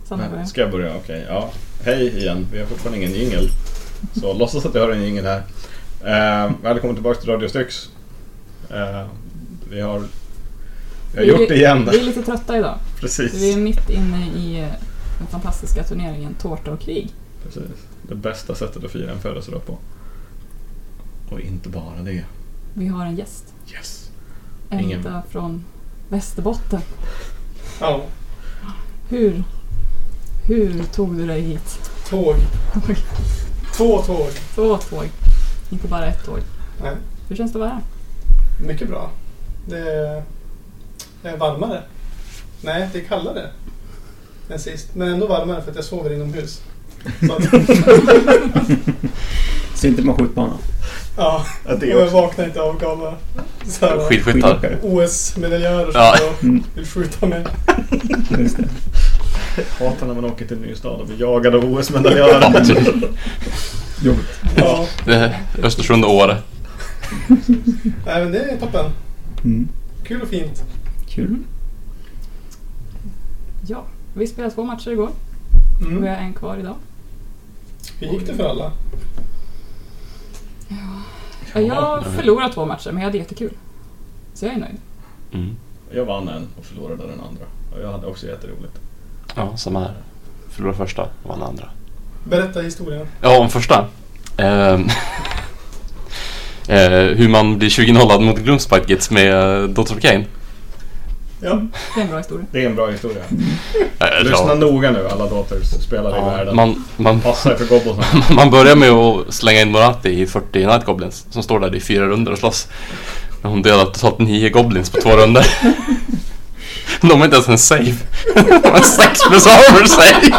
Ska jag börja? Okej. Ja. Hej igen, vi har fortfarande ingen jingle. Så låtsas att vi har en jingle här. Välkommen tillbaka till Radio Styx. Vi har gjort det igen. Vi är lite trötta idag. Precis. Vi är mitt inne i den fantastiska turneringen Tårta och krig. Precis. Det bästa sättet att fira en födelsedag på. Och inte bara det. Vi har en gäst. Yes. Ända från Västerbotten. Ja. Hur tog du dig hit? Tåg. 2 tåg. 2 tåg. Inte bara ett tåg. Nej. Hur känns det att vara här? Mycket bra. Det är varmare. Nej, det är kallare än sist. Men ändå varmare för att jag sover inomhus. Så inte man skjutbana. Ja, och jag vaknar inte av galna skidskyttar. OS-medaljörer som vill skjuta mig. Just det. Hatar när man åker till en ny stad och blir jagad av OS-medaljörer. Jobbigt. Ja. Östersund och Åre. Nej, men det är toppen. Mm. Kul och fint. Kul. Ja, vi spelade 2 matcher igår. Och vi har en kvar idag. Hur gick det för alla? Ja, jag förlorade 2 matcher, men jag hade jättekul. Så jag är nöjd. Mm. Jag vann en och förlorade den andra. Och jag hade också jätteroligt. Ja, samma här. Förlorade första och vann andra. Berätta historien. Ja, om första. Hur man blir 20-0 mot Gloomspite Gits med Daughters of Khaine. Ja. Det är en bra historia. Det är en bra historia. Lyssna noga nu, alla Daughters spelare i världen. Passa för goblins. Man börjar med att slänga in Moratti i 40 Night Goblins som står där i 4 runder och slåss. Men hon dödade totalt 9 Goblins på 2 runder. De har inte ens en save. De har 6 plus armor save.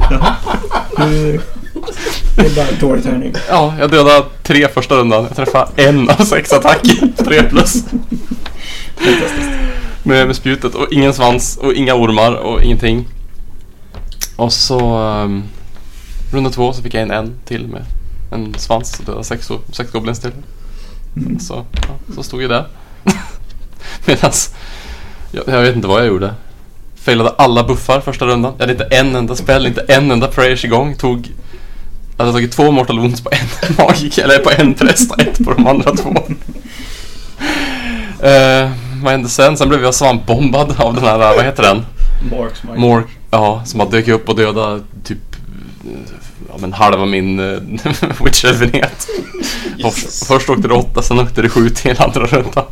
Det är bara dålig träning. Ja, jag dödade 3 första rundan. Jag träffade 1 av 6 attacker. 3 plus. Med spjutet och ingen svans och inga ormar och ingenting. Och så runda 2 så fick jag en till med en svans och dödade 6 goblins till. Så stod jag där. Medans jag vet inte vad jag gjorde. Failade alla buffar första rundan. Jag hade inte en enda spell, inte en enda prayers igång. Jag hade tagit 2 mortal wounds på en magik, eller på en präst och 1 på de andra 2. Vad hände sen? Sen blev jag svampbombad av den här, vad heter den? Mork, ja, som har dök upp och döda typ halva min witch-elvenhet. Först åkte det 8, sen åkte det 7 till andra rundan.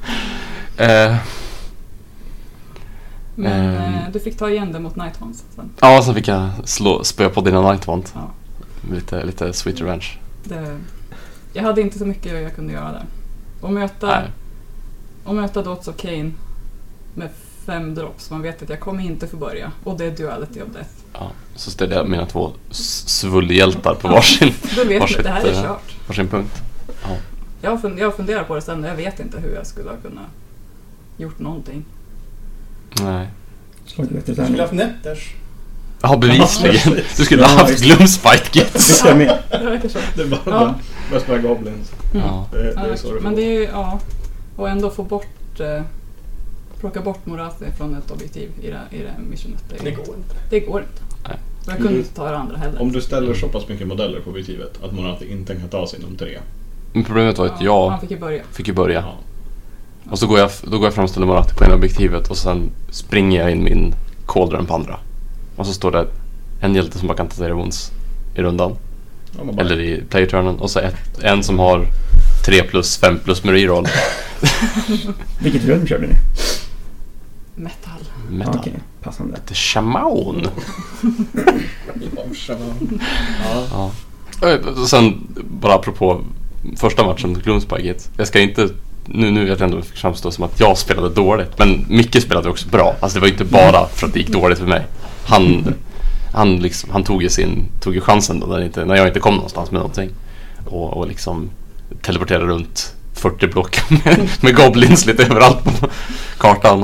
Men du fick ta igen det mot Nightwand sen. Ja, sen fick jag spö på dina Nightwand. Ja. Lite sweet revenge. Jag hade inte så mycket jag kunde göra där. Och möta Daughters of Khaine med 5 drops. Man vet att jag kommer inte få börja. Och det är duality of death. Ja, så ställde jag mina 2 svullhjältar på varsin. Då vet jag att det här är kört. Varsin punkt. Ja. Jag funderar på det sen. Jag vet inte hur jag skulle ha kunnat gjort någonting. Nej. Du skulle ha haft Netters. Ja, bevisligen. Du skulle ha haft Gloomspite Gits. Det verkar så. Det var bara bäst med goblins. Ja. Det är så det men det är ju, och ändå få bort plocka bort Morathi från ett objektiv i det missionet. Det går inte. Det går inte. Nej. Och jag kunde inte ta det andra heller. Om du ställer så pass mycket modeller på objektivet att Morathi inte kan ta sig inom 3. Men problemet var att jag han fick ju börja. Ja. Och så går jag fram och ställer Morathi på ena objektivet och sen springer jag in min cauldron på andra. Och så står det en hjälte som bara kan ta sig wounds i rundan. Eller i playturnen. Och så en som har 3 plus 5 plus med reroll. Vilket rum körde ni? Metal. Okej, passande. Det är Shaman. Ja. Och sen bara apropå första matchen mot Gloomspite. Jag ska inte nu vet jag ändå framstå som att jag spelade dåligt, men Micke spelade också bra. Alltså det var inte bara för att det gick dåligt för mig. Han tog ju chansen då när jag inte kom någonstans med någonting och liksom teleporterade runt 40 block med goblins lite överallt på kartan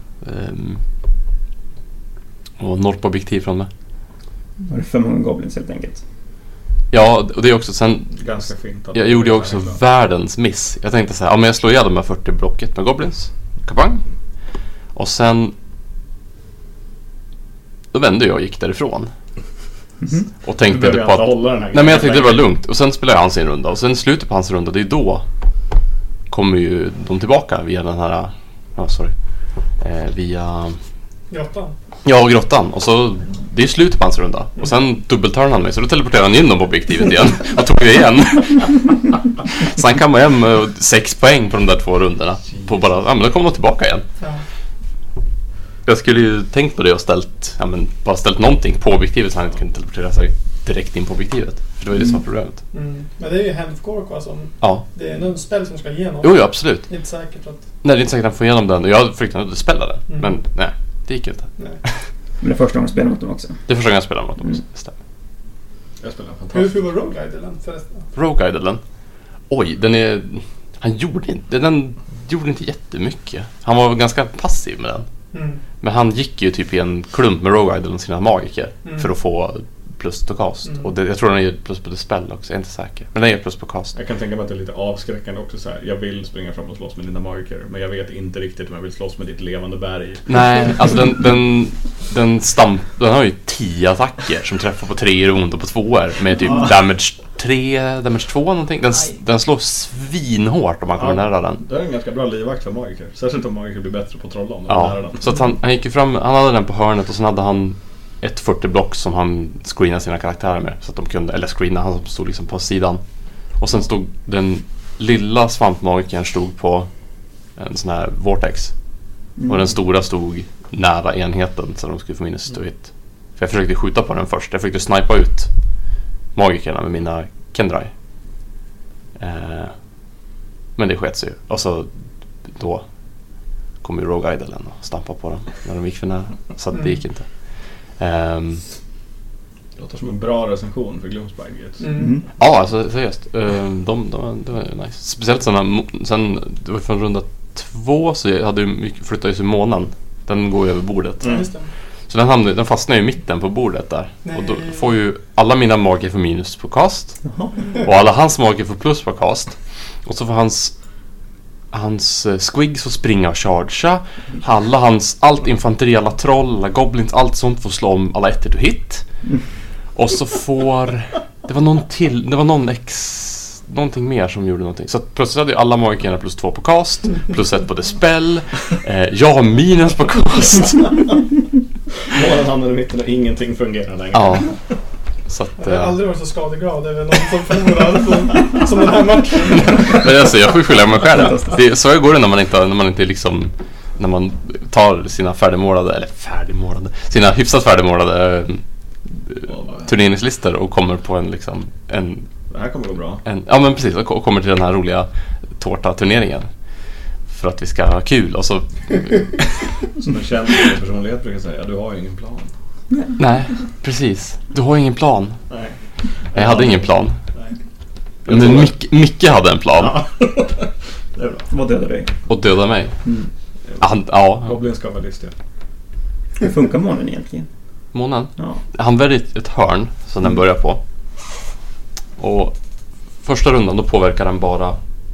och norp-objektiv från mig. Var det för många goblins helt enkelt? Ja, och det är också sen ganska fint. Jag gjorde ju också världens miss. Jag tänkte så här, men jag slår ihjäl de här 40 blocket med goblins. Kapang. Och sen då vände jag och gick därifrån. Och Du tänkte behöver på inte att... hålla den här Nej, men jag tänkte det var lugnt. Och sen spelade han sin runda. Och sen slutet på hans runda, det är då kommer ju de tillbaka via den här... via... Grottan. Ja, grottan. Och så, det är slutet på hans runda. Och sen dubbelturnar han mig. Så då teleporterar han in dem på objektivet igen. Och tog det igen. Så han kan hem 6 poäng på de där 2 rundorna. På bara, ja men då kommer de tillbaka igen. Ja. Jag skulle ju tänkt på det och bara ställt någonting på objektivet så han inte kunde teleportera sig direkt in på objektivet. För det var ju det som var problemet. Men det är ju Healthcore som... Ja. Det är en spel som ska igenom. Jo, absolut. Det är inte säkert att... Nej, det är inte säkert att han får igenom den. Och jag försökte inte spela den. Men nej, det gick inte. Nej. Men det är första gången jag spelar mot dem också. Det är första gången jag spelar mot dem. Jag spelar fantastiskt. Hur var Rogue Idlen förresten? Rogue Idlen. Oj, den gjorde inte jättemycket. Han var ganska passiv med den. Men han gick ju typ i en klump med Rogue Idlen och sina magiker för att få plus på cast. Och jag tror den ger plus på dispel också, jag är inte säker. Men den ger plus på cast. Jag kan tänka mig att det är lite avskräckande också så här. Jag vill springa fram och slåss med dina magiker, men jag vet inte riktigt om jag vill slåss med ditt levande berg. Nej, alltså den har ju 10 attacker som träffar på 3 i rond och på 2 med typ damage 3, damage 2 någonting. Den slår svinhårt om man kommer nära den. Det är en ganska bra livvakt för magiker. Särskilt om magiker blir bättre på att trolla om de nära den. Så att han gick ju fram, han hade den på hörnet och sen hade han ett 40-block som han screenade sina karaktärer med. Så att de kunde, eller screena, han stod liksom på sidan. Och sen stod den lilla svampmagikern stod på en sån här vortex. Och den stora stod nära enheten så de skulle få minus to hit. För jag försökte skjuta på den först. Jag försökte snipa ut magikerna med mina Kendrai. Men det skets ju. Och så då kom ju Rogue Idlen och stampa på dem när de gick för nära. Så det gick inte. Det låter som en bra recension för Gloomspite Gates. Ja, alltså seriöst. Det var nice. Speciellt sen det var från runda 2 så jag hade ju flyttat ju månen. Den går ju över bordet. Så den fastnar ju i mitten på bordet där. Och då får ju alla mina magiker för minus på cast. Och alla hans magiker för plus på cast. Och så får hans squigs får springa och chargea. Allt infanteri, alla troll, alla goblins, allt sånt får slå om alla ettor to hit. Och så får det var någonting mer som gjorde någonting. Så att plötsligt hade ju alla magikerna plus 2 på cast, plus 1 på dispel. Jag har minus på cast. Målen hamnar i mitten och ingenting fungerar längre. Ja. Så att, jag har aldrig varit så skadeglad över någon som förlorar som den här matchen. Men alltså, jag får skylla mig själv. Så går det när man inte liksom, när man tar sina sina hyfsat färdigmålade turneringslistor och kommer på en det här kommer gå bra. Ja men precis, och kommer till den här roliga tårta-turneringen för att vi ska ha kul och så som en känd personlighet brukar säga, du har ju ingen plan. Nej, precis. Du har ingen plan. Nej. Jag hade ingen plan. Nej. Men Micke hade en plan. Ja. Det är bra. Vad dödade dig? Och döda mig. Goblin ska vara listig. Hur funkar månen egentligen? Månen? Ja. Han väljer ett hörn som den börjar på. Och första rundan då påverkar den bara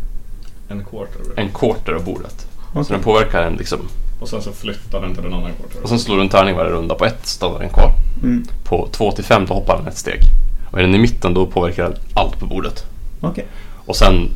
en quarter av bordet. Okay. Så den påverkar en liksom. Och sen så flyttar den till den andra quarter. Och sen slår du en tärning varje runda. På 1 står den kvar. På 2-5 då hoppar den ett steg. Och är den i mitten då påverkar den allt på bordet. Okay. Och sen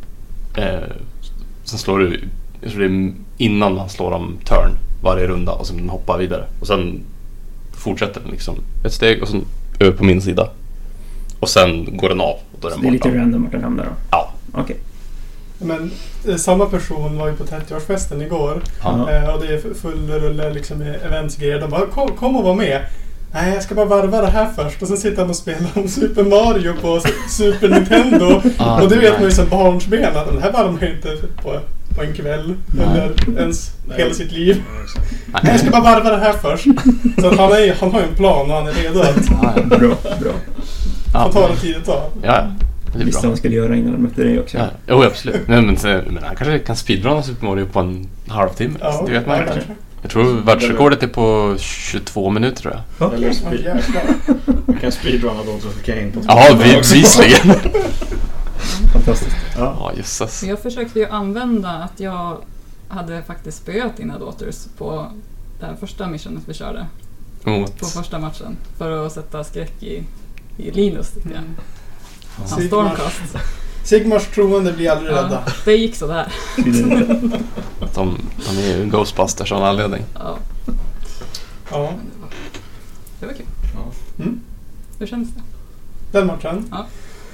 slår du innan man slår om turn varje runda och sen hoppar vidare. Och sen fortsätter den liksom ett steg och sen över på min sida. Och sen går den av. Och då är den det är borta. lite random vart den hamnar då? Ja. Okej. Okay. Men samma person var ju på 30-årsfesten igår. Och det är full rulle liksom med eventsgrejer. De bara, kom och var med. Nej, jag ska bara varva det här först. Och sen sitter han och spelar om Super Mario på Super Nintendo. Och det vet man ju som barnsben att den här varvar man ju inte på en kväll. Eller ens hela sitt liv. Nej, jag ska bara varva det här först. Så att han har ju en plan och han är redo att bra. få ta det tid ett tag. Ja. Visste vad han skulle göra innan han mötte dig också. Ja. Jo, absolut. Men han kanske kan speedrunna Super Mario på en halvtimme. Ja, det vet man inte. Jag tror världsrekordet är på 22 minuter tror jag. Eller kan speedrunna då också för Kane på ja, bevisligen. Fantastiskt. Ja, jösses. Jag försökte ju använda att jag hade faktiskt spöat dina daughters på det här första missionet vi körde. på första matchen för att sätta skräck i Linus tyckte jag. Han Sigmar- stormkast. Sigmars troende blir aldrig rädda. Det gick så där. De är ju Ghostbusters av en anledning. Ja, Ja. det var kul. Ja. Mm. Hur känns det? Den matchen. Ja.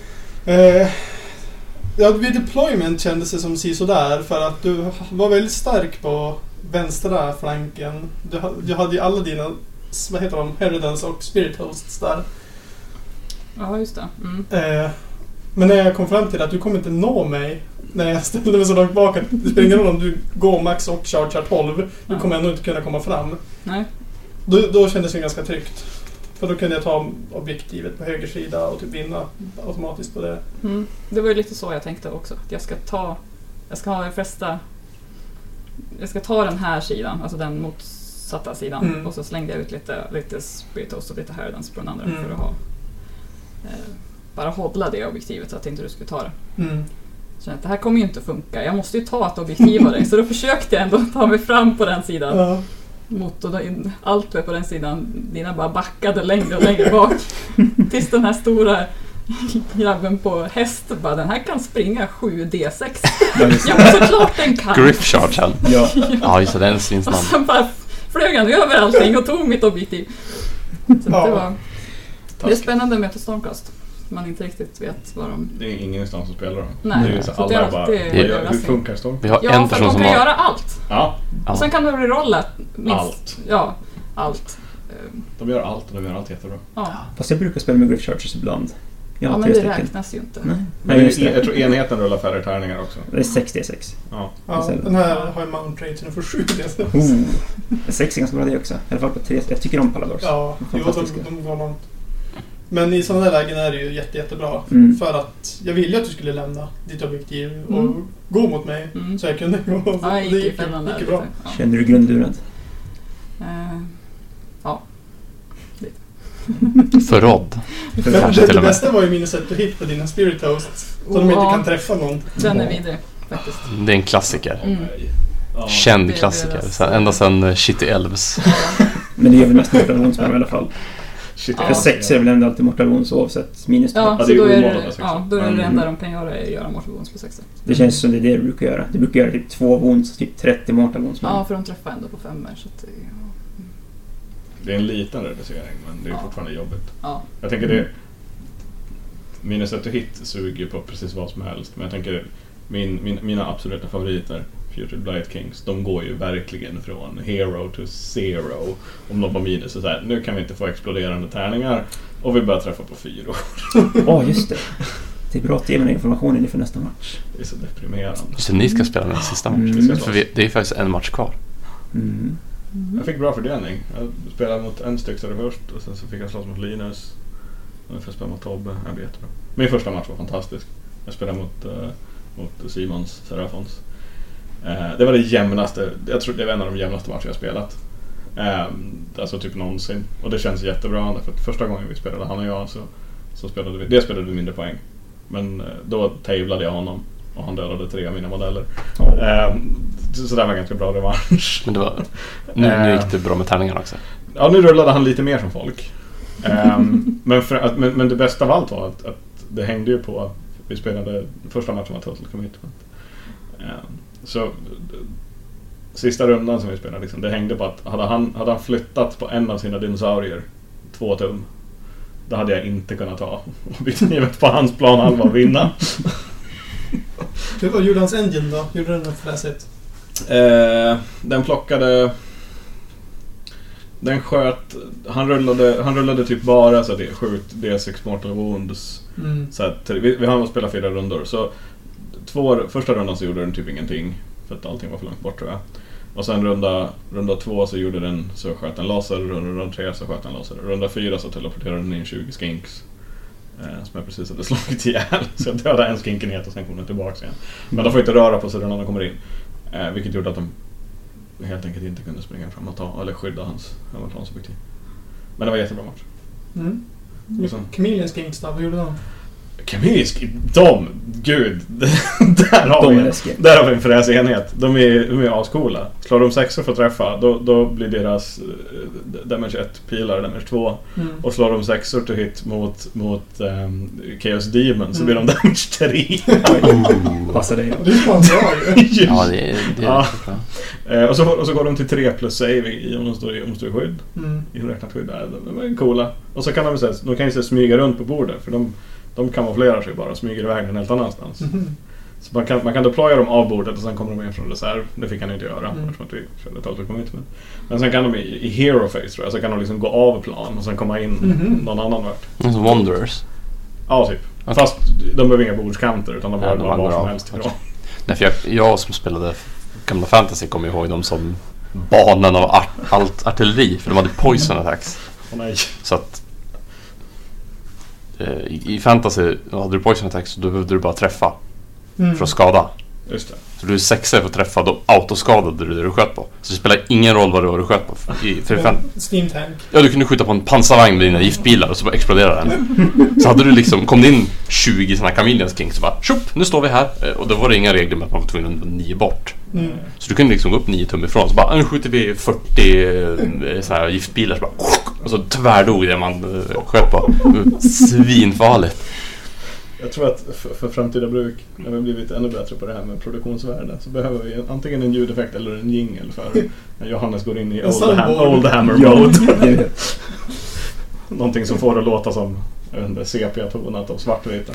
Ja, vid deployment kändes det som sådär för att du var väldigt stark på vänstra flanken. Du hade ju alla dina, vad heter de, Herodans och Spirit Hosts där. Ja, just det. Mm. Men när jag kom fram till att du kommer inte nå mig när jag ställde mig så långt bak att det spelar ingen roll om du går max och chargear 12, du kommer ändå inte kunna komma fram. Nej. Då kändes det ganska tryggt. För då kunde jag ta objektivet på höger sida och typ vinna automatiskt på det. Mm. Det var ju lite så jag tänkte också. Att jag ska ha den flesta. Jag ska ta den här sidan, alltså den motsatta sidan. Och så slängde jag ut lite Spirit Host och lite Herodans på den andra för att ha bara hålla det objektivet så att inte du skulle ta det. Så att det här kommer ju inte funka. Jag måste ju ta ett objektiv av dig. Så då försökte jag ändå ta mig fram på den sidan. Ja. Allt var på den sidan. Dina bara backade längre och längre bak. Tills den här stora grabben på häst bara, den här kan springa 7D6. Ja, såklart den kan. Griff chargen. Ja, just det, den syns Och namn. sen bara flög han över allting och tog mitt objektiv. Så det är spännande med ett stormkast. Man inte riktigt vet vad de... Det är ingenstans att spela dem. Nej, det är så så alla det är bara, alltid hur funkar storm? Vi har Ja, en för person de som kan har... göra allt. Ja, Och sen kan du rerolla minst. allt. Ja, allt. De gör allt och de gör allt jättebra. Ja, Fast jag brukar spela med Griff Chargers ibland. Jag har men 3 det stycken. räknas ju inte. Nej. Men Nej, just det. jag tror enheten rullar färre tärningar också. Det är 6D6. Ja. Ja, den här har jag mount rate nu för 7D6. 6 är ganska bra det också. I alla fall på 3. Jag tycker om Paladors. Ja, Fantastiska. de går långt. Men i sådana där lägen är det ju jättebra. För att jag ville att du skulle lämna ditt objektiv och gå mot mig. Så jag kunde gå. Ja, jag det gick i fällan där. bra. Ja. Känner du grundlurad? Ja. Förrådd. Men Kanske det till och med. bästa var ju minus att du hit på dina Spirit Hosts. Så de inte kan träffa någon. Den är vidrig faktiskt. Det är en klassiker. Ja. Känd Det är klassiker. deras- Ända sedan Shitty Elves. Men det gör väl mest Mortal Wounds med dem i alla fall. Shit, För 6 är väl ändå alltid Mortal Wounds oavsett minus 2. Ja, Ja, så det är då är omålade det, sexor. då är det enda de kan göra är att göra Mortal Wounds på 6. Det känns som det är det du brukar göra. Du brukar göra typ 2 wounds, typ 30 Mortal Wounds med Ja, dem. för de träffar ändå på 5 så att, Det är en liten reducering, men det är Ja. fortfarande jobbigt. ja. Jag tänker det... Minus att hit suger på precis vad som helst, men jag tänker mina absoluta favoriter, Future Blight Kings, de går ju verkligen från hero to zero. Om de på minus så här, nu kan vi inte få exploderande tärningar och vi börjar träffa på 4. Just det. Det är bra att ge mig informationen inför nästa match. Det är så deprimerande. Så ni ska spela den sista matchen. För det är faktiskt en match kvar. Jag fick bra fördelning. Jag spelade mot en styxare först och sen så fick jag slåss mot Linus. Och jag fick spela mot Tobbe. Jag blev jättebra. Min första match var fantastisk. Jag spelade mot Simons Serafons. Det var det jämnaste. Jag tror det var en av de jämnaste matcher jag spelat. Alltså typ någonsin. Och det känns jättebra. För att första gången vi spelade, han och jag, så spelade vi. Det spelade vi mindre poäng. Men då tävlade jag honom. Och han dödade 3 av mina modeller. Så det var ganska bra revansch. Men det var, nu gick det bra med tärningarna också. Ja, nu rullade han lite mer som folk. Men det bästa av allt var att det hängde ju på. Vi spelade första matchen var total commitment. Så sista rundan som vi spelade liksom, det hängde på att hade han flyttat på en av sina dinosaurier 2 tum, då hade jag inte kunnat ta och byta givet på hans plan halva och vinna. Vad gjorde hans engine då? Gjorde den något fräsigt? Den plockade... Den sköt... Han rullade typ bara så det skjut D6 Mortal Wounds. Så att, vi har spelat 4 rundor. Så första rundan så gjorde den typ ingenting. För att allting var för långt bort tror jag. Och sen runda 2 så gjorde den så sköt den laser. Runda 3 så sköt den laser. Runda 4 så teleporterade den in 20 skinks. Som jag precis hade slagit ihjäl. Så jag dödade en skinkenhet och sen kom den tillbaka igen. Men de får inte röra på sig när de kommer in. Vilket gjorde att de helt enkelt inte kunde springa fram och ta eller skydda hans objektiv. Men det var en jättebra match. Chameleon Kings då, vad gjorde de? Kemisk, gud, där har vi en fräsenhet. De är ascoola. Slår de 6 för att träffa, då blir deras damage 1 pilar, damage 2. Och slår de 6 to hit mot Chaos Demon, så blir de damage 3. Passar det. Det är fan bra ju. Ja, det är bra. Och så går de till 3 plus save om de står i skydd. Inräknat skydd. De är coola. Och så kan de kan ju smyga runt på bordet, för de kamouflerar sig bara och smyger iväg en helt annanstans. Så man kan deploya dem av bordet och sen kommer de in från reserv. Det fick han inte göra eftersom att vi körde total commitment. Men sen kan de i hero phase, tror jag, så kan de liksom gå av plan och sen komma in någon annan vart. Som Wanderers. Ja, typ. Okay. Fast de behöver inga bordskanter, utan de behöver bara var som helst ifrån. Nej, för jag som spelade gamla fantasy kommer ihåg dem som banan av allt artilleri, för de hade poison attacks. Nej. Så att i fantasy hade du poison attacks, så då behövde du bara träffa för att skada. Just det. Så du är 6 för att träffa, då autoskadade du det du sköt på. Så det spelar ingen roll vad det var du sköt på. Steam tank. Ja, du kunde skjuta på en pansarvagn med dina giftbilar och så bara exploderade den. Så hade du liksom, kom det in 20 sådana Chameleons King, så bara, tjopp, nu står vi här. Och då var det inga regler med att man var tvungen att 9 bort. Så du kunde liksom gå upp 9 tum ifrån, så bara, nu skjuter vi 40 sådana här giftbilar, så bara, och så tvärdog det man sköt på. Svinfarligt. Jag tror att för framtida bruk, när vi blivit ännu bättre på det här med produktionsvärde, så behöver vi antingen en ljudeffekt eller en jingle för när Johannes går in i Old Hammer mode. Någonting som får det att låta som sepia-tonat och svartvitt.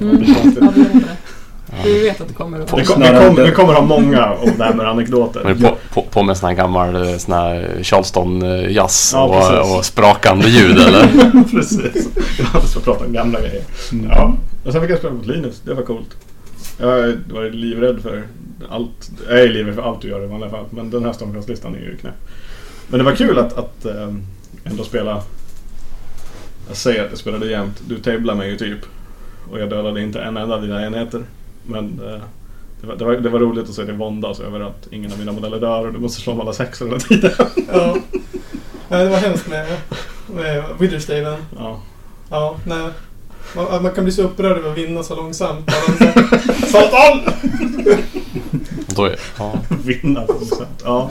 Du vet att det kommer vi kommer ha många Old Hammer-anekdoter. På med sån här gammal sån här Charleston-jazz och sprakande ljud, eller? Precis. Jag ska prata om gamla grejer. Ja. Och sen fick jag spela mot Linus, det var coolt. Jag var livrädd för allt. Jag är livrädd för allt du gör i vanliga fall, men den här stormkastlistan är ju knäpp. Men det var kul att ändå spela. Jag säger att jag spelade jämt. Du tablade mig ju typ, och jag dödade inte en enda av dina enheter. Men det var roligt att se det våndas över att ingen av mina modeller dör och du måste slå om alla 6 hela tiden. Ja. Nej, det var hemskt med Witherstaven. Ja, nej. Man kan bli så upprörd över att vinna så långsamt. Satan! Vinna så långsamt, ja.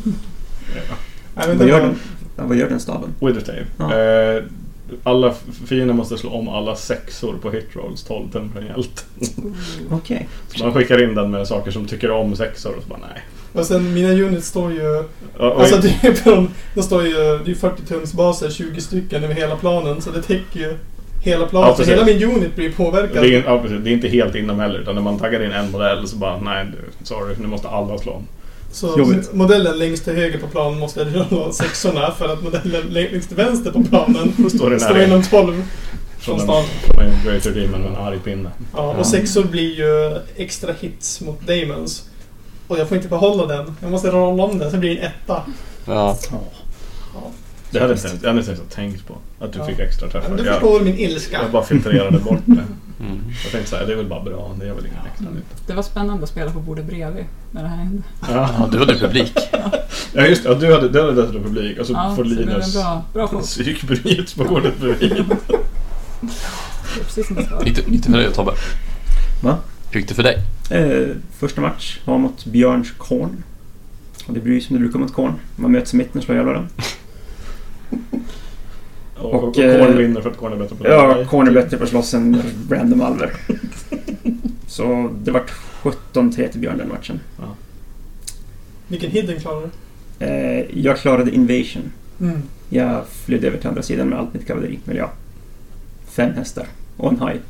Vad gör den staven? Witherstave. Ja. Alla fiender måste slå om alla 6:or på hitrolls 12 tum per hjälte. Okej. Så man skickar in den med saker som tycker om 6:or och så bara nej. Och sen mina units står ju... alltså de står ju... Det är 40 tums baser, 20 stycken över hela planen, så det täcker ju hela planen. Så hela min unit blir påverkad. Det är inte helt inom heller, utan när man taggar in en modell så bara nej, sorry, nu måste alla slå om. Så modellen längst till höger på planen måste rulla 6:orna, för att modellen längst till vänster på planen står inom 12 från start. Från en Greater Demon med en arg pinne. Ja, och 6:or blir ju extra hits mot Demons. Och jag får inte behålla den. Jag måste rolla om den, så blir det en 1. Ja. Det hade jag inte tänkt på. Att du fick extra träffar. Men du förstår min ilska. Jag bara filtrerade bort det. Jag tänkte så här, det är väl bara bra. Det är väl ingen extra nytta. Det var spännande att spela på bordet bredvid när det här hände. Ja, du hade publik. Ja, just det. Ja, du hade detta publik. Och så får Linus bra psykbryt på bordet bredvid. Gick det för dig, Tobbe? Va? Hur gick det för dig? Första match var mot Björns Korn. Och det blir ju som det brukar mot Korn. Man möts i mitten och slår jävla den. Och Korn vinner för att Korn är bättre på det. Ja, Korn är bättre på att slåss än random alver. Så det var 17-3 till Björn den matchen. Ja. Vilken hidden klarade du? Jag klarade invasion. Jag flydde över till andra sidan med allt mitt kavalleri. Men ja, 5 hästar och en haj.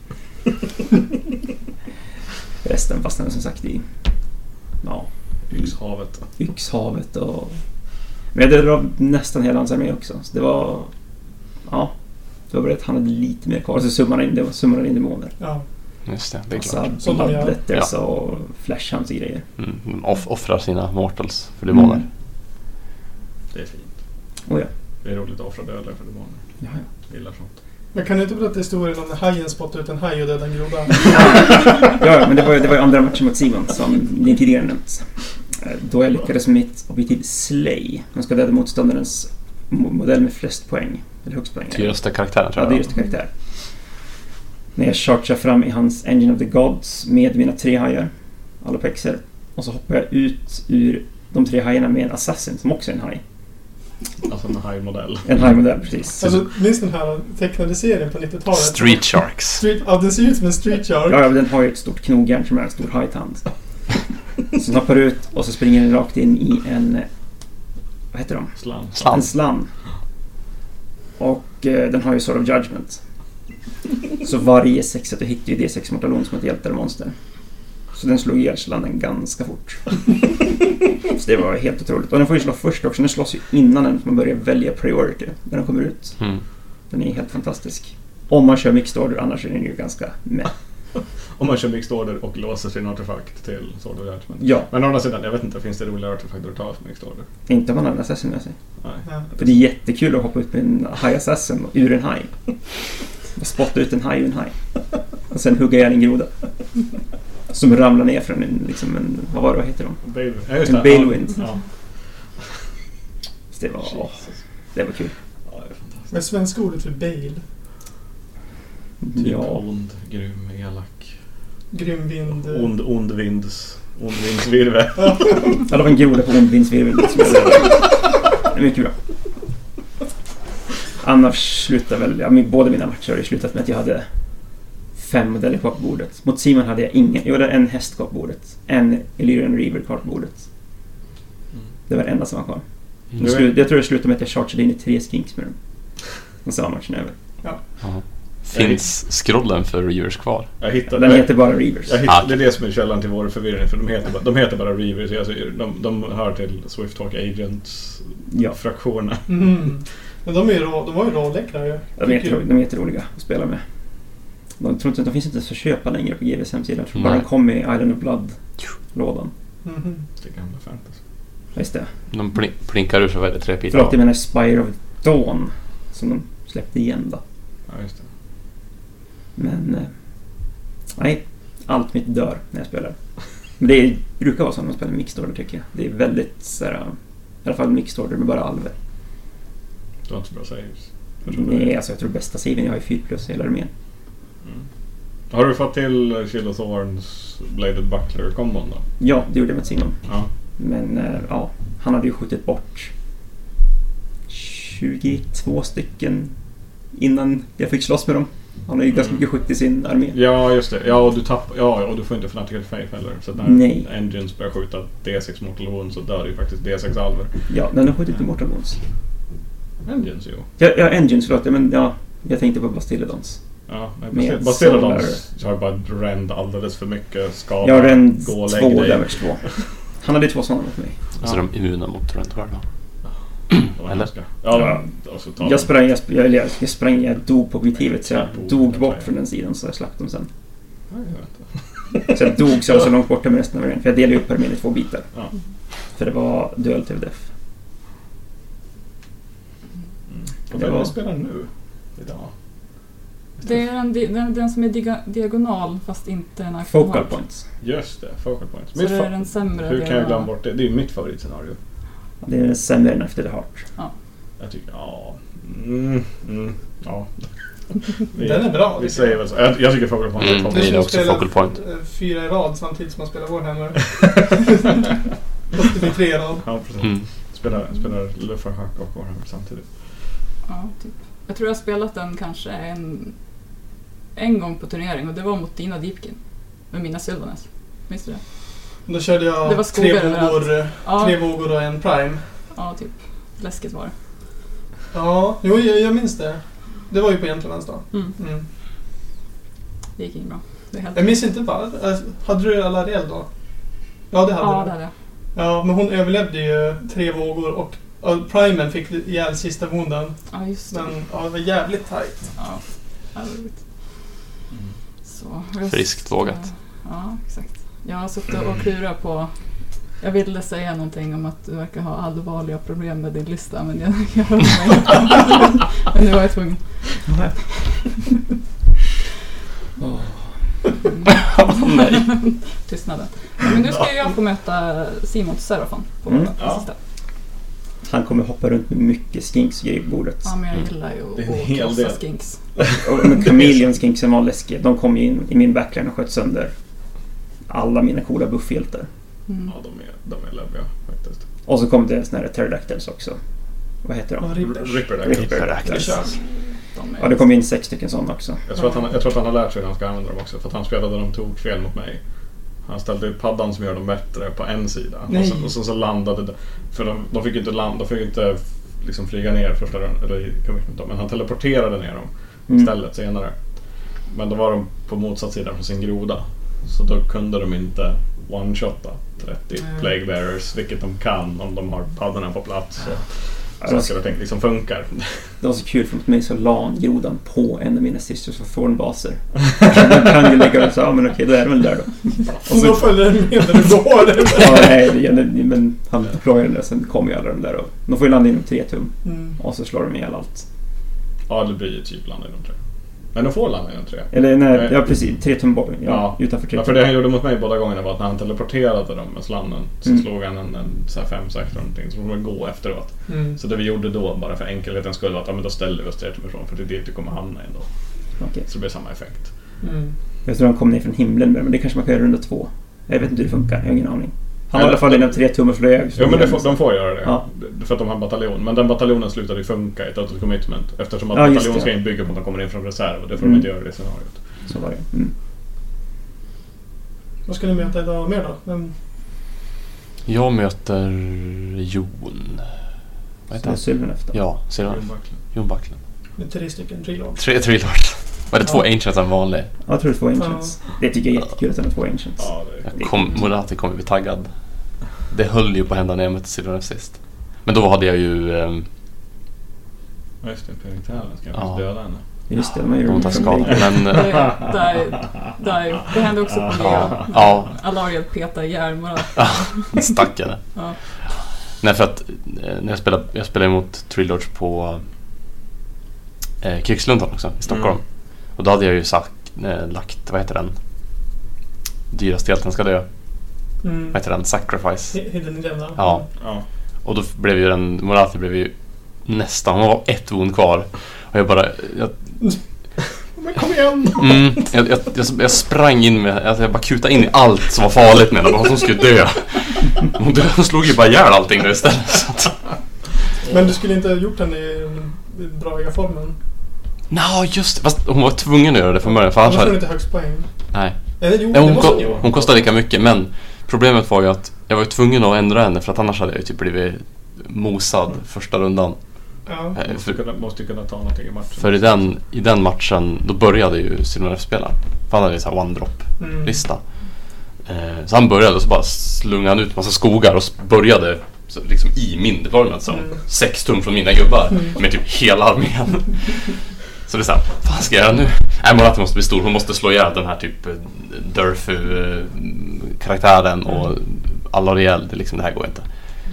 Resten fastnade som sagt i Yxhavet och... Men jag dödade nästan hela hans armé också. Så det var... Ja, det var bara att han hade lite mer kvar. Så summade in demoner. Ja. Just det, det är klart. Som Bloodletters och Flashhounds och grejer. Offrar sina mortals för demoner. Det är fint. Oh, ja. Det är roligt att offra dödare för demoner. Ja. Gillar sånt. Men kan du inte berätta historien om när hajen spottade ut en haj och dödade en groda? Ja, men det var ju andra matchen mot Simon som ni tidigare nämnt. Då jag lyckades med mitt objektiv Slay. Man ska döda motståndarens modell med flest poäng. Eller högst poäng. Dyraste karaktären, tror jag. Ja, dyraste karaktär. När jag chargear fram i hans Engine of the Gods med mina 3 hajar, alopexer, och så hoppar jag ut ur de 3 hajarna med en assassin som också är en haj. Alltså en hajmodell. En hajmodell, precis. Alltså, minns den här tecknade serien på 90-talet? Street Sharks. Ja, den ser ut som en street shark. Ja, den har ju ett stort knogjärn som är en stor hajtand. Så den hoppar ut och så springer den rakt in i en... Vad heter de? Slam. En slam. Och den har ju Sword of Judgment. Så varje 6 du hittar ju D6 mortalon som ett hjälte eller monster. Så den slog ihjäl slanden ganska fort. Så det var helt otroligt. Och den får ju slå först också. Den slåss ju innan den man börjar välja priority när den kommer ut. Den är helt fantastisk. Om man kör mixed order, annars är den ju ganska med. Om man kör mixed order och låser sin artefakt till Sword of Judgment. Ja. Men å andra sidan, jag vet inte, finns det roliga artefakter att ta som mixed order? Inte om man har en assassin med sig. Nej. För det är jättekul att hoppa ut med en high assassin ur en haj. Och spotta ut en haj ur en haj. Och sen hugga ihjäl en groda. Som ramlar ner från en, liksom en, vad heter de? En Balewind. Ja. Så det var kul. Ja, det är fantastiskt. Vad är svenska ordet för Bale? Typ ond, grym, elak. Grym vind. Ondvindsvirve. Ja, det var en groda på ondvindsvirvel. Det är mycket bra. Annars slutar väl, båda mina matcher har ju slutat med att jag hade 5 modeller kvar på bordet. Mot Simon hade jag ingen. Jag hade en häst kvar på bordet. En Illyrian Reaver kvar på bordet. Det var det enda som var kvar. Jag tror det slutade med att jag chargeade in i 3 skinks med dem. Och så var matchen över. Ja. Finns scrollen för Reavers kvar? Den heter bara Reavers. Det är det som är källan till vår förvirring. För de heter bara Reavers. Alltså, de hör till Swift-Talk Agents-fraktionen. Men de var ju råläckra ju. De är jätteroliga att spela med. De finns inte så köpa längre på GVs hemsida. Jag tror bara de kom i Island of Blood-lådan. Det är gamla fantasy. Just det. De plinkar ur så var det 3 pilar. Förlåt, jag menar Spire of Dawn som de släppte igen då. Ja, just det. Men nej, allt mitt dör när jag spelar. Men det brukar vara så när man spelar mixed order, tycker jag. Det är väldigt såhär, i alla fall mixed order med bara alver. Du har inte så bra saves? Nej, alltså jag tror bästa saven jag har är 4+ hela armén. Har du fått till Shield of Thorns Bladed Buckler-kombon då? Ja, det gjorde jag med Simon. Ja. Men han hade ju skjutit bort 22 stycken innan jag fick slåss med dem. Han har ju ganska mycket skytt i sin armé. Ja, just det. Ja, och du får inte Fanatical Faith heller. Så när Engines börjar skjuta D6 Mortal Wounds så dör ju faktiskt D6 alver. Ja, den har skjutit i Mortal Wounds. Engines, jo. Ja, Engines, förlåt. Men ja, jag tänkte på Bastiladons. Ja, Bastiladons har bara ränd alldeles för mycket skada. Jag har ränd 2 damage 2. Han hade 2 sådana mot mig. Så de är immuna mot ränd 12 då? Eller? Jag dog på objektivet så jag dog bort från den sidan så jag slapp dem sen. Så jag dog så långt borta med resten av armén. För jag delade upp armén i 2 bitar. För det var duell till death. Och vad spelar nu idag? Det är den som är diagonal fast inte en Focal points. Just det, focal points. Så det är den sämre. Hur kan jag glömma bort det? Det är mitt favoritscenario. Det är sämre än After the Heart. Ja. Jag tycker, ja. Den är bra. Vi säger väl så. Jag tycker focal point det är också focal point. 4 i rad samtidigt som man spelar Warhammer. Fast det blir 3 i rad. Ja, precis. Spelar Luftfarhack och Warhammer samtidigt. Ja, typ. Jag tror jag har spelat den kanske en gång på turnering och det var mot dina Deepkin med mina Sylvanas. Minns du det? Då körde jag 3 vågor och en prime. Ja, typ. Läskigt var det. Ja, jo, jag minns det. Det var ju på Gentlemans då. Det gick inte bra. Jag minns inte bara. Hade du alla Ariel då? Ja, det hade du. Det hade jag. Ja, men hon överlevde ju 3 vågor och primen fick ihjäl sista wonden. Ja, just det. Men det var jävligt tajt. Ja, det var roligt. Så, friskt vågat. Ja, exakt. Jag har suttit och klurat på... Jag ville säga någonting om att du verkar ha allvarliga problem med din lista, men jag hörde mig. Men nu var jag tvungen. Nej. Tystnaden. Men nu ska jag få möta Simon Serafon på sista. Han kommer hoppa runt med mycket skinks i bordet. Ja, men jag gillar ju Det är en att hel krossa del. skinks. Och Chameleon skinksen var läskiga. De kom ju in i min backline och sköt sönder alla mina coola buffhjältar. Mm. Ja, de är läbbiga faktiskt. Och så kom det såna här pterodactyls också. Vad heter de? Ripperdactyls. De är... Ja, det kom in 6 stycken sådana också. Jag tror att han har lärt sig hur han ska använda dem också. För att han spelade dem fel mot mig. Han ställde ut paddan som gör dem bättre på en sida. Och så landade det. För de fick ju inte landa. De fick inte liksom flyga ner första rundan. Eller men han teleporterade ner dem istället senare. Men då var de på motsatt sida från sin groda. Så då kunde de inte one-shotta 30 Plague Bearers. Vilket de kan om de har paddorna på plats. Så saker och ting liksom funkar. Det var så kul för mig så lan grodan på en av mina Sisters of Thorn-baser. De kan ju lägga och säga, men okej, då är det väl där då. Och så följer den med när du går. Ja, nej, men han deployar den där, sen kommer ju alla de där och de får ju landa inom 3 tum. Och så slår de ihjäl allt. Ja, det blir ju typ landa inom 3. Men de får landa inom 3. Eller nej, ja precis, 3 tum utanför 3 tum. Ja, för det han gjorde mot mig båda gångerna var att när han teleporterade dem med slammen så slog han en så här 5-6 någonting så de får gå efteråt. Så det vi gjorde då bara för enkelhetens skull var att men då ställer vi oss 3 tum ifrån för det är dit du kommer hamna ändå. Okay. Så det blir samma effekt. Jag tror han kom ner från himlen men det kanske man kan göra runda 2. Jag vet inte hur det funkar, jag har ingen aning. Han har i alla fall inom 3 tum och slår jag. Jo, men de får göra det. Ja. För att de har en bataljon. Men den bataljonen slutade ju funka i ett auto commitment. Eftersom att bataljon ska in bygga på att de kommer in från reserv. Och det får de inte göra i det scenariot. Så var det. Vad ska ni möta idag mer då? Jag möter Jon. Vad heter han? Sylven efter. Ja, ser du? Jon Backlund. Med 3 stycken Treelord. 3 Treelord. Var det 2 Ancients än vanlig? Jag tror det är 2 Ancients. Det tycker jag är jättekul att det är 2 Ancients. Ja, Morati kommer bli taggad. Det höll ju på hända när jag mötte Sylvan sist. Men då hade jag ju... Just det, Peringtälen ska jag döda henne. Just det, de är ju... Men... Det hände också på Leo. Ja. Alariel petar ihjäl Morati. Stackare. Ja. Nej, för att när jag spelade emot Treelords på Krigslundan också i Stockholm. Och då hade jag ju lagt, vad heter den? Dyraste hjälten ska dö. Vad heter den? Sacrifice. Hidden Agenda. Ja. Och då blev ju Morati blev ju nästan, hon var 1 wound kvar. Och jag bara... Men kom igen! Jag sprang in med... Jag bara kutade in i allt som var farligt med henne. Hon skulle dö. Hon slog ju bara ihjäl allting nu istället. Så att... Men du skulle inte ha gjort den i braiga formen? Just det. Fast hon var tvungen att göra det från början. Annars får du inte högst poäng. Nej. Hon kostade lika mycket. Men problemet var ju att jag var tvungen att ändra henne. För att annars hade jag ju typ blivit mosad första rundan. Ja. Måste kunna ta någonting i matchen. För i den matchen då började ju Sylvan spela. För han hade ju så här one-drop-lista. Så han började och så bara slungade han ut massa skogar och började så liksom i min deployment så 6 tum från mina gubbar med typ hela armén. Så det är så här, vad ska jag göra nu? Nej, Morati måste bli stor. Hon måste slå ihjäl den här typ Durfu-karaktären och Alariel. Det här går inte.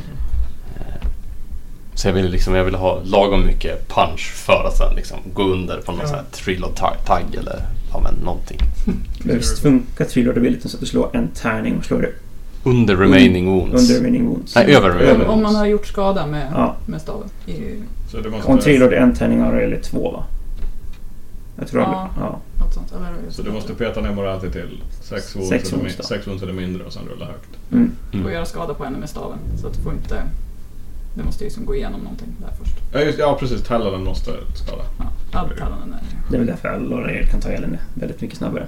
Så jag ville ha lagom mycket punch för att sen liksom gå under på någon sån här Treelord tagg eller någonting. Men visst funkar Treelord ability så att du slår en tärning och slår det under remaining wounds. Under remaining wounds. Nej, över remaining wounds. Om man har gjort skada med staven. Så det måste... Om Treelord är en tärning eller 2 va? Jag tror något sånt. Så du måste peta ner Morati till 6 wounds eller mindre och sen rulla högt. Och göra skada på henne med staven. Så att du får inte... Det måste ju liksom gå igenom någonting där först. Ja, precis. Tallanen måste skada. Ja, allt Tallanen är. Det är väl därför Alariel kan ta ihjäl väldigt mycket snabbare.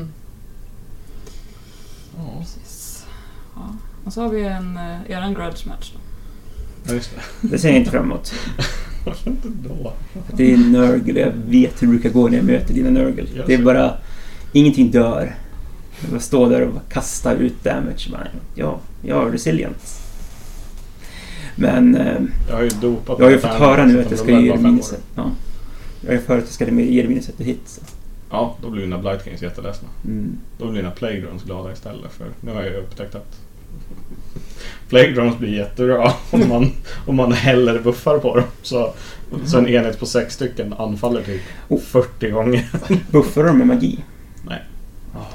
Ja, precis. Ja. Och så har vi eran grudge match då. Ja, just det. Det ser jag inte fram emot. Varför inte då? Det är Nurgle, jag vet hur det brukar gå när jag möter dina Nurgle. Det är bara, ingenting dör. Jag bara står där och kasta ut damage. Jag har resilient. Men jag har ju dopat. Jag har ju fått höra nu att jag ska ge det minuset. Ja. Jag har ju för att jag ska ge det minuset till hit. Så. Ja, då blir mina Blight Kings jätteledsna. Då blir mina Plague Drones glada istället. För nu har jag upptäckt att Plague Drones blir jättebra om man heller buffar på dem. Så en enhet på 6 stycken anfaller typ 40 gånger. Buffar de med magi? Nej.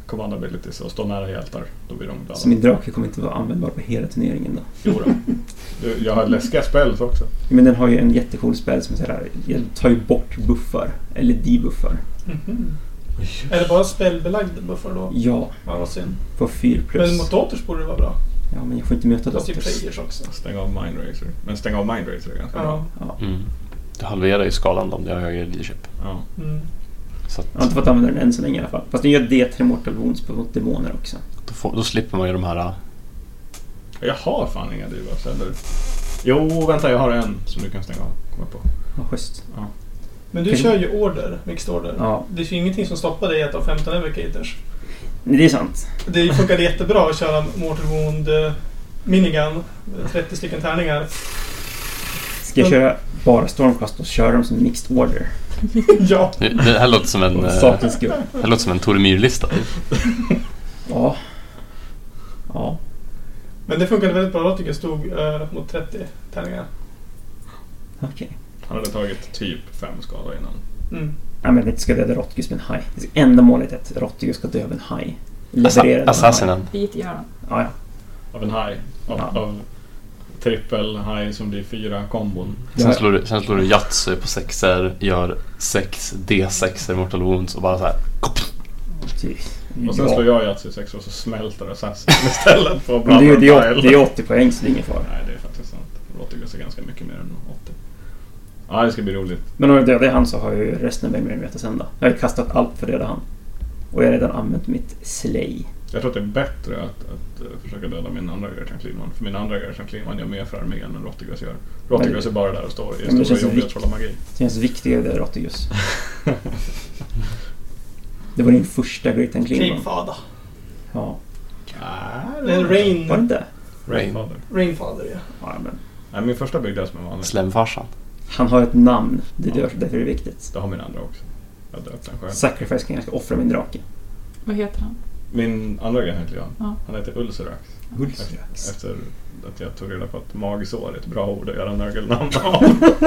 command abilities och stå nära hjältar. Då blir de glada. Så min drake kommer inte vara användbar på hela turneringen då? Jo då. Jag har läskiga spells också. Men den har ju en jättecool spel som säger här, jag tar ju bort buffar, eller debuffar. Är det bara spelbelagd buffar då? Ja, Ja, vad synd. på 4+. Men mot Daughters borde det vara bra. Ja, men jag får inte möta Fast det är Daughters. players också. Stäng av Mindracer. Men stäng av Mindracer är ganska bra. Ja. Ja. Du halverar ju skalan om du har högre leadership. Ja. Mm. Så att Jag har inte fått använda den än så länge i alla fall. Fast den gör D3 Mortal Wounds på demoner också. då slipper man ju de här... Jag har fan inga debuffs eller... Jo, vänta, jag har en som du kan stänga av. Komma på. Ja, schysst. Ja. Men du kör ju order, mixed order. Ja. Det är ju ingenting som stoppar dig att ha 15 evocators. Nej, det är sant. Det funkade jättebra att köra Mortal Wound minigun, 30 stycken tärningar. Ska jag köra bara Stormcast och köra dem som mixed order? Ja. Det här låter som en... Sakens skull. Det här låter som en Toremyr-lista. Ja. Ja. Men det funkade väldigt bra då tycker jag, stod mot 30 tärningar. Okej. Han hade tagit typ 5 skador innan. Mm. Ja, men det ska döda Rottigus med en haj. Det enda målet är att Rottigus ska döda en haj. Leverera den Assassinen. Dit gör han. Ja, ja. Av en high. Av trippel high som blir 4 kombon. Sen slår du Yatzy på 6-er, gör 6 D6 Mortal Wounds och bara så här. Och sen slår jag Yatzy 6 och så smälter Assassin istället på Men det är 80 poäng så det är ingen fara. Nej, det är faktiskt sant. Rottigus är ganska mycket mer än 80. Ja, det ska bli roligt. Men om jag dödar han så har jag ju resten av mig med att sända. Jag har ju kastat allt för att döda han. Och jag har redan använt mitt slay. Jag tror att det är bättre att försöka döda min andra Gertjan Klingman. För min andra Gertjan Klingman gör mer för armén än Rottigus gör. Rottigus är bara där och står i det stora jobbet att trolla magi. Det känns viktigare det Rottigus. Det var din första Great Klingman. Klingfada. Ja. Rain. Var det inte? Rainfather. Rainfather, ja. Ja, men Nej, min första byggdes med vanlig. Slemfarsan. han har ett namn. Därför är det viktigt. Det har min andra också. Jag döpte den själv. Sacrifice kan jag ska offra min drake. Vad heter han? Min andra grej heter Jan. Ja. Han heter Ulcerax. Efter att jag tog reda på att magsår är ett bra ord att göra nörgelnamn av.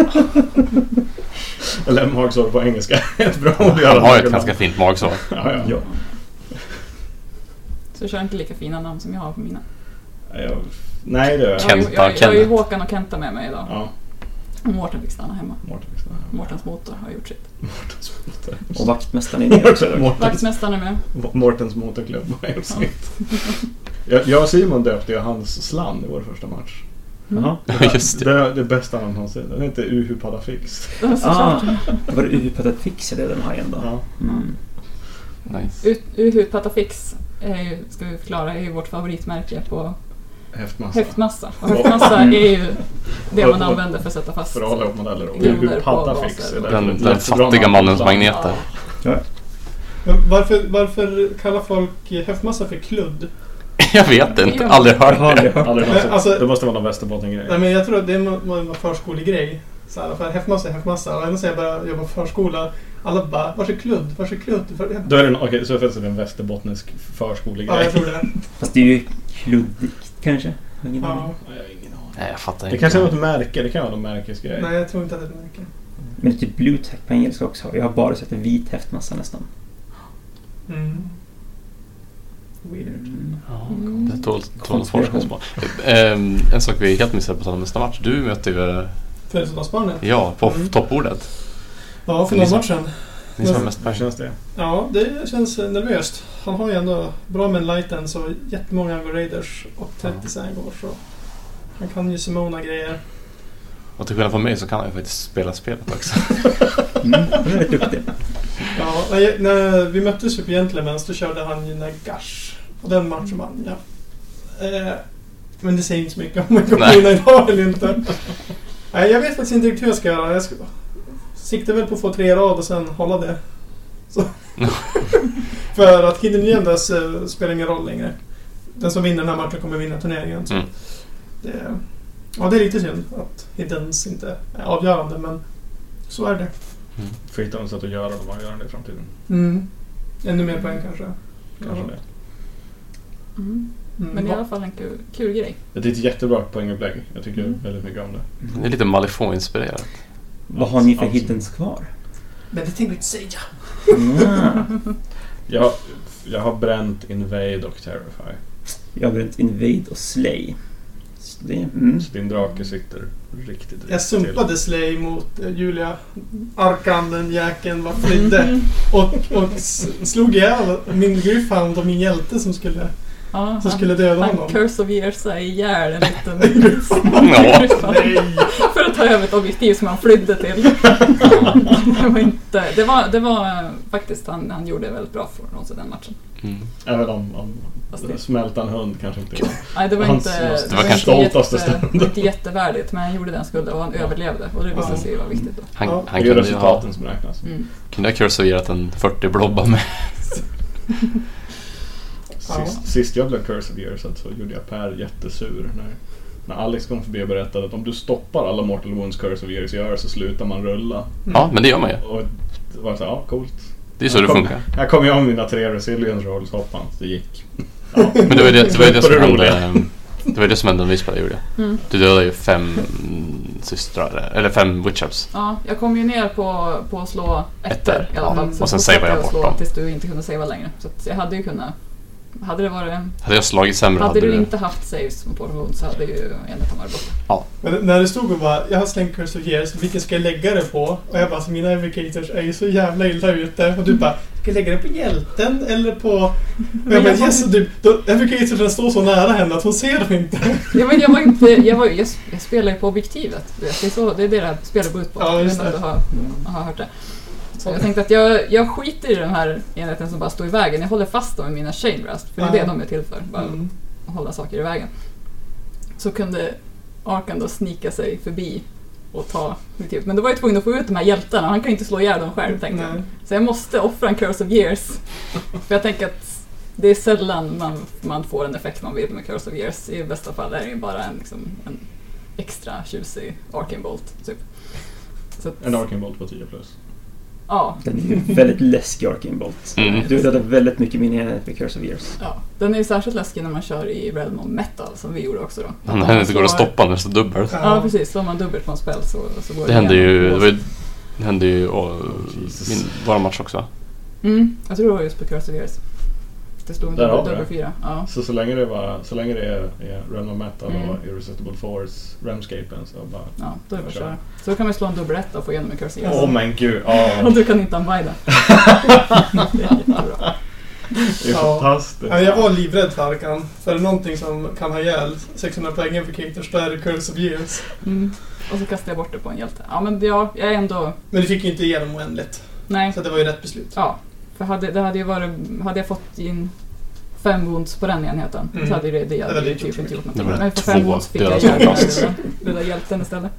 Eller magsår på engelska är ett bra ord att göra Han har ju ett nörgelnamn. ganska fint magsår. Ja. Så kör inte lika fina namn som jag har på mina. Nej, det är Jag har ju Håkan och Kenta med mig idag. Ja, Och Mårten fick stanna hemma. Mårten fick stanna hemma. Mårtens motor har gjort sitt. Mårtens motor. Och vaktmästaren är det också. Vaktmästaren är med. Mårtens motorklubb har gjort sitt. Jag och Simon döpte ju hans slann i vår första match. Jaha. Just det. Det bästa namn någonsin. Den heter Uhupadafix. Det var såklart. Det var det UP att fixa det den hajen då. Ja. Mm. Nice. Uhud-Patafix är ju, ska vi förklara, är ju vårt favoritmärke på Häftmassa. häftmassa. Och häftmassa är ju det man använder för att sätta fast För att hålla upp modeller. Och grunder på Uhupadafix baser. är därför ett Den jättebra fattiga namn. mannens magneter. Ja. Men varför kallar folk häftmassa för kludd? Jag vet inte, aldrig hört det. Aldrig Men, någonsin. alltså- Det måste vara någon Västerbotten-grej. Nej, men jag tror att det var en förskolegrej. Så här, för häftmassa är häftmassa. Och ändå säger jag bara jobba på förskola. Alla bara, vars är kludd? Vars är kludd? Då är det okej, så finns det en västerbottnisk förskolegrej. Ja, jag tror det. Fast det är ju kluddigt kanske. Ingen Ja. aning. Jag har ingen aning. Nej, jag fattar Det inte. kanske är något märke, det kan vara någon märkesgrej. Nej, jag tror inte att det är ett märke. Men typ blue tack på engelska också. Jag har bara sett en vit häftmassa nästan. Mm. Weird. Ja, det tål forskningsmål. En sak vi helt missade på tal om nästa match. Du möter ju Födelsedagsbarnet. ja, på toppbordet. Ja, finalmatchen. Ni som har mest Hur poäng. känns det? Ja, det känns nervöst. Han har ju ändå bra med enlighten, så jättemånga Angor Raiders och 30 Sangor, så han kan ju Simona grejer. Och till skillnad från mig så kan jag ju faktiskt spela spelet också. Han är rätt duktig. Ja, när vi möttes ju på Gentlemans, då körde han ju Nagash. Och den matchen vann jag. Men det säger inte så mycket om jag kommer vinna idag eller inte. Nej, jag vet faktiskt inte riktigt hur jag ska göra. Jag siktar väl på att få 3 rad och sen hålla det. Så. För att Hidden Agendas spelar ingen roll längre. Den som vinner den här matchen kommer vinna turneringen. Så det är lite synd att Hiddens inte är avgörande, men så är det. Får hitta något sätt att göra de avgörande i framtiden. Ännu mer poäng kanske. Kanske det. Men det är i alla fall en kul grej. Det är ett jättebra poängupplägg. Jag tycker väldigt mycket om det. Det är lite Malifaux-inspirerat. Vad har ni för hiddens kvar? Men det tänker jag inte säga. Ah. Jag har bränt Invade och Terrify. Jag har bränt Invade och Slay. Så Så din drake sitter riktigt Jag sumpade Slay mot Julia. Arkan, den jäkeln, var flydde. Och slog ihjäl min Gryfhound och min hjälte som skulle döda honom. Han Curse of Years ihjäl en liten för att ta över ett objektiv som han flydde till. Det var faktiskt han gjorde väldigt bra för oss i den matchen. Även om smälta en hund kanske inte. Nej, det var inte jättevärdigt, men han gjorde den skulden och han överlevde och det visade sig vara viktigt då. Han kunde ju resultaten som räknas. Kunde jag curserat en 40 blobba med. Sist jag blev Curse of Years så gjorde jag Per jättesur när Alex kom förbi och berättade att om du stoppar alla Mortal Wounds Curse of Years gör så slutar man rulla. Ja, men det gör man ju. Och det var så coolt. Det är så det funkar. Jag kom ju om mina 3 resilience rolls hoppan, det gick. Ja. Men det var det som hände. Det var det som hände när vi spelade, gjorde jag. Du dödade ju 5 systrar, eller 5 witch-ups. Ja, jag kom ju ner på att slå ettor i alla fall. Så och sen savade jag bort dem. Tills du inte kunde sava längre. Så att jag hade ju kunnat... Hade jag slagit sämre hade du inte haft saves på Portal så hade ju en av varit borta. Ja. Men när det stod och bara, jag har slängt Curse of Years, vilken ska jag lägga det på? Och jag bara, så mina evocators är ju så jävla illa ute. Och du bara, ska jag lägga det på hjälten eller på... Och jag bara, yes, och evocatorsen står så nära henne att hon ser dem inte. Ja, men jag spelar ju på objektivet. Det är det här spelet går ut på. Ja, just det. Jag har hört det. Så jag tänkte att jag skiter i den här enheten som bara står i vägen. Jag håller fast dem med mina chain rust. För det är det de är till för. Bara att hålla saker i vägen. Så kunde Arkan då snika sig förbi och ta objektivet. Men då var jag tvungen att få ut de här hjältarna. Han kan inte slå ihjäl dem själv, tänkte jag. Så jag måste offra en Curse of Years. För jag tänker att det är sällan man får en effekt man vill med Curse of Years. I bästa fall är det ju bara en extra tjusig Arcane Bolt. Typ. Så en Arcane Bolt på 10+. Ja. Den är ju väldigt läskig Arcane Bolt. Du dödade väldigt mycket minienhet med Curse of Years. Ja, den är ju särskilt läskig när man kör i Realm of Metal som vi gjorde också då. När det inte går att stoppa när det står dubbelt. Ja, precis. Om man dubbelt på en spel så går det hände ju. Det hände ju våra match också. Jag tror det var just på Curse of Years. Det stod en dubbel 4. Ja. Så länge det är Realm of Metal och Irresistible Force, Realmscapen så bara... Ja, då är det bara köra. Så då kan vi slå en dubbel 1 och få igenom en Curse of Years. Åh men gud, och du kan inte unbida. Det är jättebra. Det är fantastiskt. Ja, jag var livrädd för Arkan. För det är någonting som kan ha ihjäl 600 poäng evocators, då är det Curse of Years. Och så kastade jag bort det på en hjälte. Ja, men jag är ändå... Men du fick ju inte igenom oändligt. Nej. Så det var ju rätt beslut. Ja. För hade jag fått in 5 wounds på den enheten så hade det typ inte gjort något. Men för 5 wounds fick jag göra det där hjälten istället.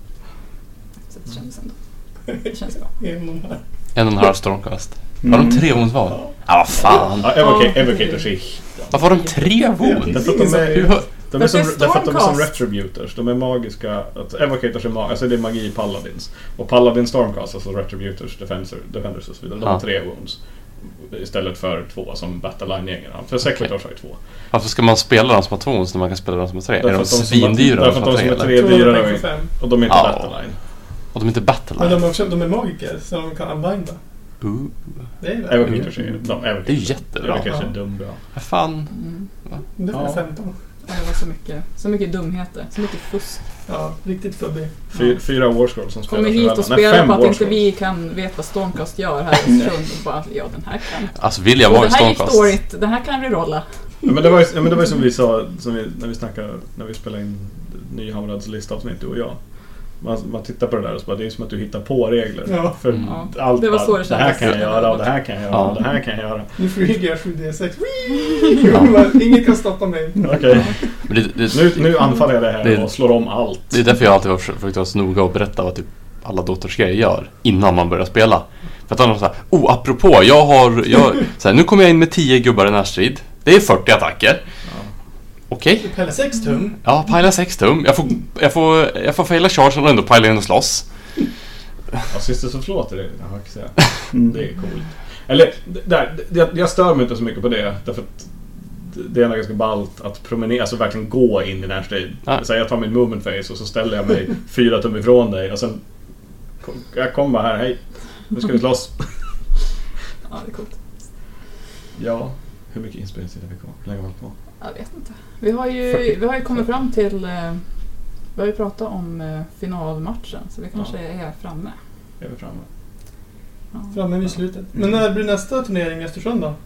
Så det kändes ändå. Det känns bra. En och en halv stormcast. Var de 3 wounds var? Ja, vad fan. Evocators är... Varför har de 3 wounds? De är som retributors. De är magiska. Evocators är alltså det är magi i paladins. Och paladin stormcast, alltså retributors, defenders och så vidare. De har 3 wounds. Istället för 2 som Battleline-gängen. För Sequitors har ju 2. Varför ska man spela dem som har 2 wounds när man kan spela dem som har 3? Är de svindyra? Därför att de som är 3 dyrare och de är inte Battleline. Och de är inte Battleline? Men de är magiker så de kan unbinda. Det är Evocators det är jättebra. Evocators är dumbra. Vad fan? Det är 15. Det var så mycket dumheter, så mycket fusk. Ja, riktigt förbi. 4 Warscrolls som spelar. Kommer hit och spelar på att inte vi kan veta vad Stormcast gör här i stund och bara, den här kan. Alltså vill jag vara i Stormcast? Det här gick dåligt, den här kan vi rolla. Men det var ju som vi sa när vi spelade in Nyhamrads listavsnitt, du och jag. Man tittar på det där och så bara, det är som att du hittar på regler. Ja. För allt det var så det här kan jag göra och det här kan jag göra och det här kan jag göra. Nu flyger jag 7D6. Ingen kan stoppa mig. Okej. Nu anfaller jag det här och slår om allt. Det är därför jag alltid har försökt vara så noga och berätta vad typ alla dottersgrejer gör innan man börjar spela. För att annars så här, apropå, så här, nu kommer jag in med 10 gubbar i närstrid. Det är 40 attacker. Okej. Du pajlar 6 tum. Ja, pajlar 6 tum. Jag får faila chargen och ändå pajla in och slåss. Ja, sist så förlåter det. Det är coolt. Eller, jag stör mig inte så mycket på det. Därför att det är ganska ballt att promenera, alltså verkligen gå in i närstrid. Så jag tar min movement face och så ställer jag mig 4 tum ifrån dig. Och sen, jag kommer här, hej. Nu ska vi slåss. Ja, det är coolt. Ja. Hur mycket inspelningstid har vi kvar? Hur länge har vi hållit på? Jag vet inte. Vi har ju kommit fram till... Vi har ju pratat om finalmatchen, så vi kanske är framme. Är vi framme? Ja. Framme vid slutet. Men när blir nästa turnering i Östersund då?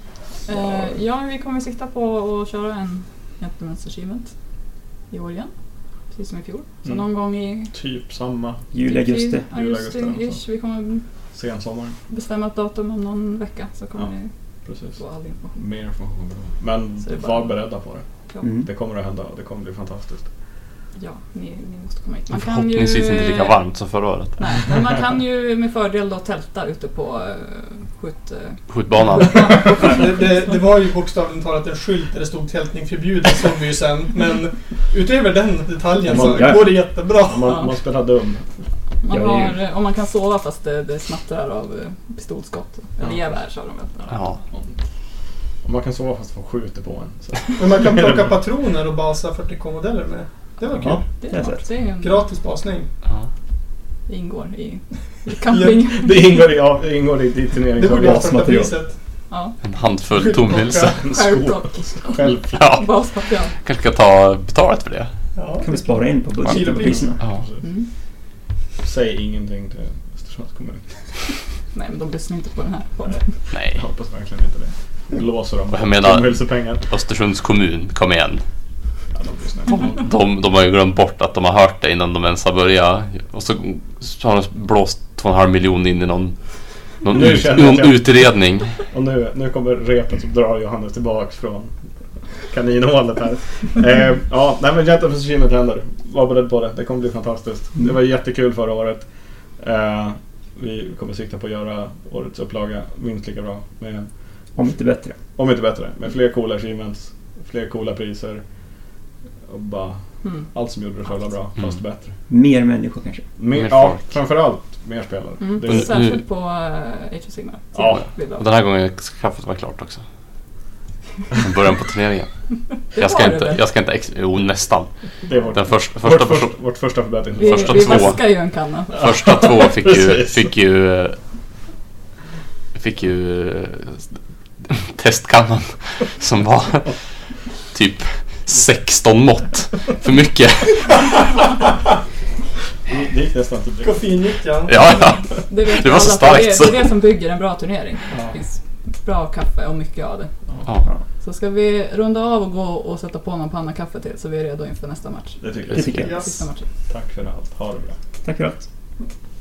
Ja, vi kommer sikta på att köra en Gentleman's Achievement i år igen. Precis som i fjol. Så någon gång i... Typ samma. Juli-augusti. Augusti-ish. Vi kommer Sensommaren. bestämma ett datum om någon vecka, så kommer ni Precis. få all information. Mer information. Men Så det är bara- var beredda på det. Ja, Det kommer att hända och det kommer bli fantastiskt. ja ni måste komma hit. Förhoppningsvis inte lika varmt som förra året. Nej, men man kan ju med fördel då tälta ute på Skjutbanan. Det var ju bokstavligt talat en skylt där det stod tältning förbjudet, såg vi ju sen. Men utöver den detaljen så går det jättebra. Man spelar dum. Om man kan sova fast det smattrar av pistolskott. Eller gevär, sa de väl. Ja. Och man kan sova fast man skjuter på en. Så. Men man kan plocka patroner och basa 40K-modeller med. Det var kul. Ja. Det är smart. Det är en Gratis basning. Ja. det ingår i camping. Det ingår i ditt Det borde turneringsavgift. vara första priset. Ja, En handfull tomhylsor. självklart. Självklart. Ja. Basmaterial. Kanske ska ta betalat för det. Ja, Kan vi spara in på budgeten på priserna? Ja. Mm. Säg ingenting till Östersunds kommun. Nej, men de lyssnar inte på den här podden. Nej. Jag hoppas verkligen inte det. Blåser dem. Och jag menar- Tomhylsepengar. Östersunds kommun, kom igen. Ja, de lyssnar inte. De har ju glömt bort att de har hört det innan de ens har börjat. Och så har de blåst 2,5 miljoner in i någon Nu känner jag att jag- utredning. Och nu kommer repet som drar Johannes tillbaks från kaninhålet här. Ja, nej men Gentleman's Achievement händer. Var beredd på det. Det kommer bli fantastiskt. Det var jättekul förra året. Vi kommer sikta på att göra årets upplaga minst lika bra. Om inte bättre. Om inte bättre. Med fler coola achievements, fler coola priser. Och bara allt som gjorde det förra bra, fast bättre. Mer människor kanske. Mer Ja, folk. framförallt mer spelare. Det är- Särskilt på Age of Sigmar. Ja. Och den här gången ska kaffet vara klart också. Från början på turneringen. Det Jag var det väl? ska inte nästan. det är vårt, Den första vårt första förbättring. Vi första två. vaskar ju en kanna. Första två Precis. fick ju testkannan som var typ 16 mått för mycket. Det gick nästan till det. Koffeinnyttjan. Ja. Det vet Det var alla, så för starkt, Det så. är det som bygger en bra turnering. Ja. Det finns bra kaffe och mycket av det. Ja. Så ska vi runda av och gå och sätta på någon panna kaffe till, så vi är redo inför nästa match. Det tycker Det tycker jag. Yes. Sista matchen. Tack för allt. Ha det bra. Tack för allt.